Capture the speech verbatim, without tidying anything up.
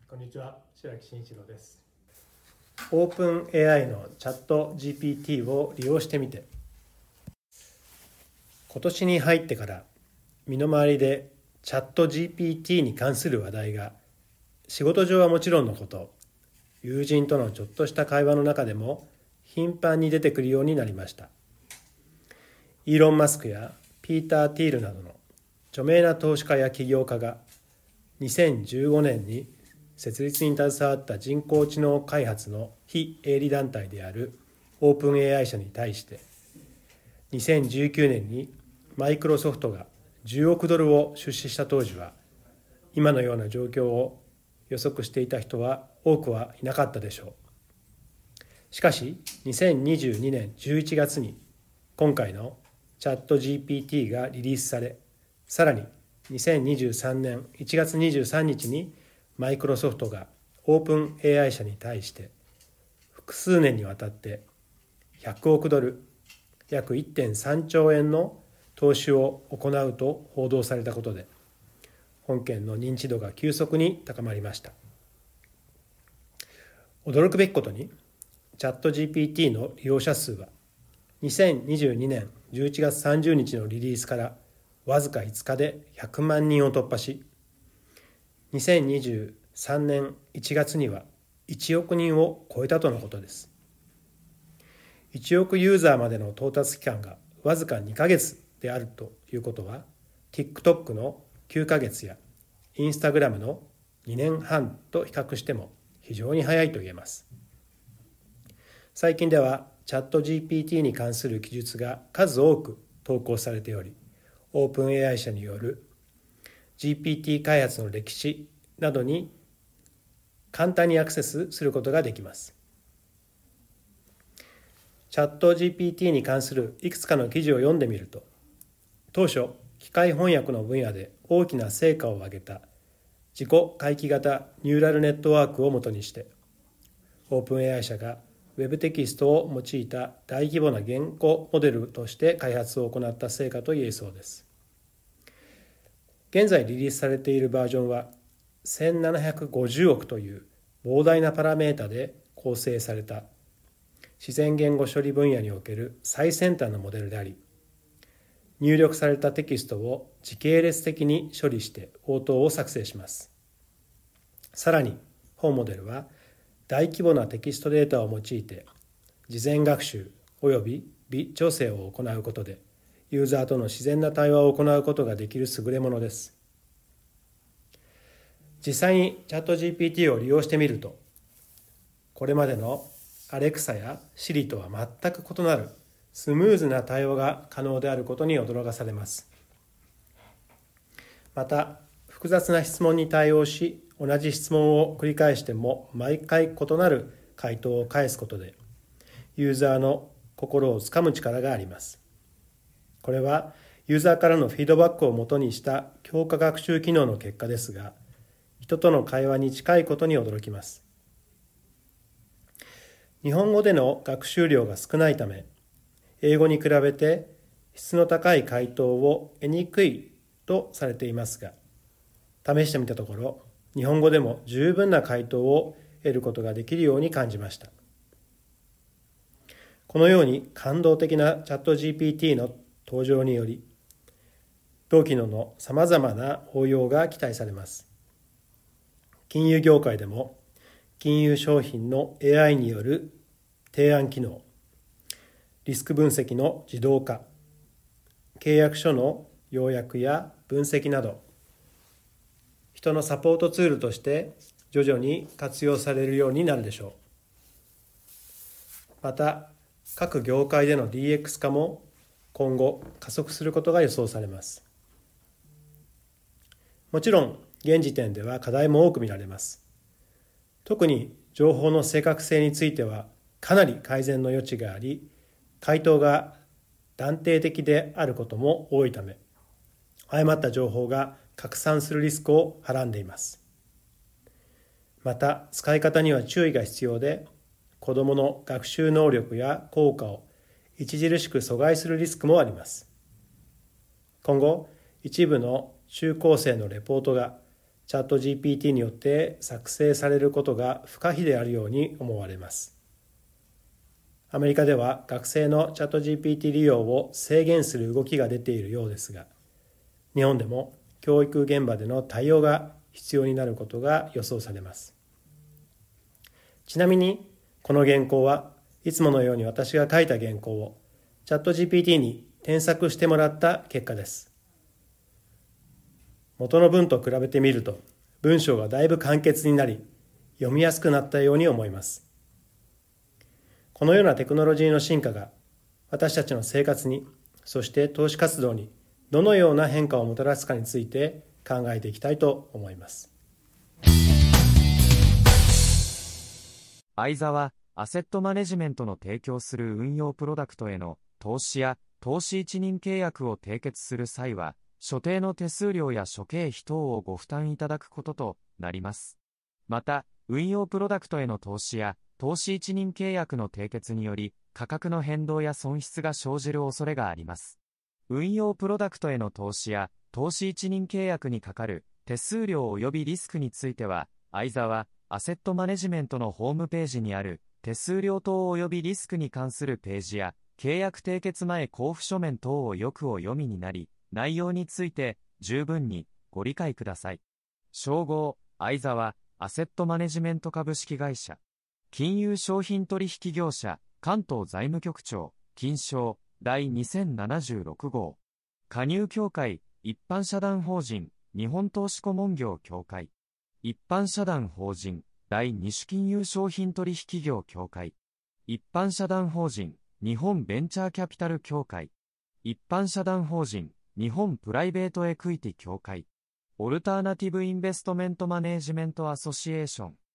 こんにちは、白木真一郎です。オープン エーアイ のチャット ジーピーティー を利用してみて。今年に入ってから身の回りでチャット ジーピーティー に関する話題が仕事上はもちろんのこと、友人とのちょっとした会話の中でも頻繁に出てくるようになりました。イーロン・マスクやピーター・ティールなどの著名な投資家や起業家がにせんじゅうごねんに設立に携わった人工知能開発の非営利団体であるオープン エーアイ 社に対してにせんじゅうきゅうねんにマイクロソフトがじゅうおくドルを出資した当時は今のような状況を予測していた人は多くはいなかったでしょう。しかしにせんにじゅうにねんじゅういちがつに今回のチャット ジーピーティー がリリースされ、さらににせんにじゅうさんねんいちがつにじゅうさんにちにマイクロソフトがオープン エーアイ 社に対して複数年にわたってひゃくおくドル、約 いってんさんちょうえんの投資を行うと報道されたことで、本件の認知度が急速に高まりました。驚くべきことに、チャット ジーピーティー の利用者数はにせんにじゅうにねんじゅういちがつさんじゅうにちのリリースからわずかいつかでひゃくまんにんを突破し、にせんにじゅうさんねんいちがつにはいちおくにんを超えたとのことです。いちおくユーザーまでの到達期間がわずかにかげつであるということは、TikTok のきゅうかげつや Instagram のにねんはんと比較しても非常に早いと言えます。最近ではチャット ジーピーティー に関する記述が数多く投稿されており、オープン エーアイ 社による ジーピーティー 開発の歴史などに簡単にアクセスすることができます。チャット ジーピーティー に関するいくつかの記事を読んでみると、当初機械翻訳の分野で大きな成果を上げた自己回帰型ニューラルネットワークをもとにして、オープン エーアイ 社がウェブテキストを用いた大規模な言語モデルとして開発を行った成果と言えそうです。現在リリースされているバージョンはせんななひゃくごじゅうおくという膨大なパラメータで構成された自然言語処理分野における最先端のモデルであり、入力されたテキストを時系列的に処理して応答を作成します。さらに本モデルは大規模なテキストデータを用いて事前学習および微調整を行うことでユーザーとの自然な対話を行うことができる優れものです。実際にチャット ジーピーティー を利用してみると、これまでのアレクサやシリとは全く異なるスムーズな対話が可能であることに驚かされます。また、複雑な質問に対応し、同じ質問を繰り返しても毎回異なる回答を返すことで、ユーザーの心をつかむ力があります。これはユーザーからのフィードバックをもとにした強化学習機能の結果ですが、人との会話に近いことに驚きます。日本語での学習量が少ないため、英語に比べて質の高い回答を得にくいとされていますが、試してみたところ、日本語でも十分な回答を得ることができるように感じました。このように感動的なチャット ジーピーティー の登場により、同機能のさまざまな応用が期待されます。金融業界でも金融商品の エーアイ による提案機能、リスク分析の自動化、契約書の要約や分析など、人のサポートツールとして徐々に活用されるようになるでしょう。また、各業界での ディーエックス 化も今後加速することが予想されます。もちろん、現時点では課題も多く見られます。特に情報の正確性についてはかなり改善の余地があり、回答が断定的であることも多いため、誤った情報が拡散するリスクをはらんでいます。また、使い方には注意が必要で、子どもの学習能力や効果を著しく阻害するリスクもあります。今後、一部の中高生のレポートがチャット ジーピーティー によって作成されることが不可避であるように思われます。アメリカでは学生のチャット ジーピーティー 利用を制限する動きが出ているようですが、日本でも教育現場での対応が必要になることが予想されます。ちなみにこの原稿はいつものように私が書いた原稿をチャット ジーピーティー に添削してもらった結果です。元の文と比べてみると文章がだいぶ簡潔になり読みやすくなったように思います。このようなテクノロジーの進化が私たちの生活に、そして投資活動にどのような変化をもたらすかについて考えていきたいと思います。 相沢アセットマネジメントの提供する運用プロダクトへの投資や投資一任契約を締結する際は、所定の手数料や諸経費等をご負担いただくこととなります。また、運用プロダクトへの投資や投資一任契約の締結により、価格の変動や損失が生じる恐れがあります。運用プロダクトへの投資や投資一任契約にかかる手数料及びリスクについては、相沢アセットマネジメントのホームページにある手数料等及びリスクに関するページや、契約締結前交付書面等をよくお読みになり、内容について十分にご理解ください。称号、相沢アセットマネジメント株式会社。金融商品取引業者、関東財務局長、金商、第にせんななじゅうろく号。加入協会、一般社団法人、日本投資顧問業協会。一般社団法人、第二種金融商品取引業協会。一般社団法人、日本ベンチャーキャピタル協会。一般社団法人、日本プライベートエクイティ協会。オルターナティブインベストメントマネージメントアソシエーション。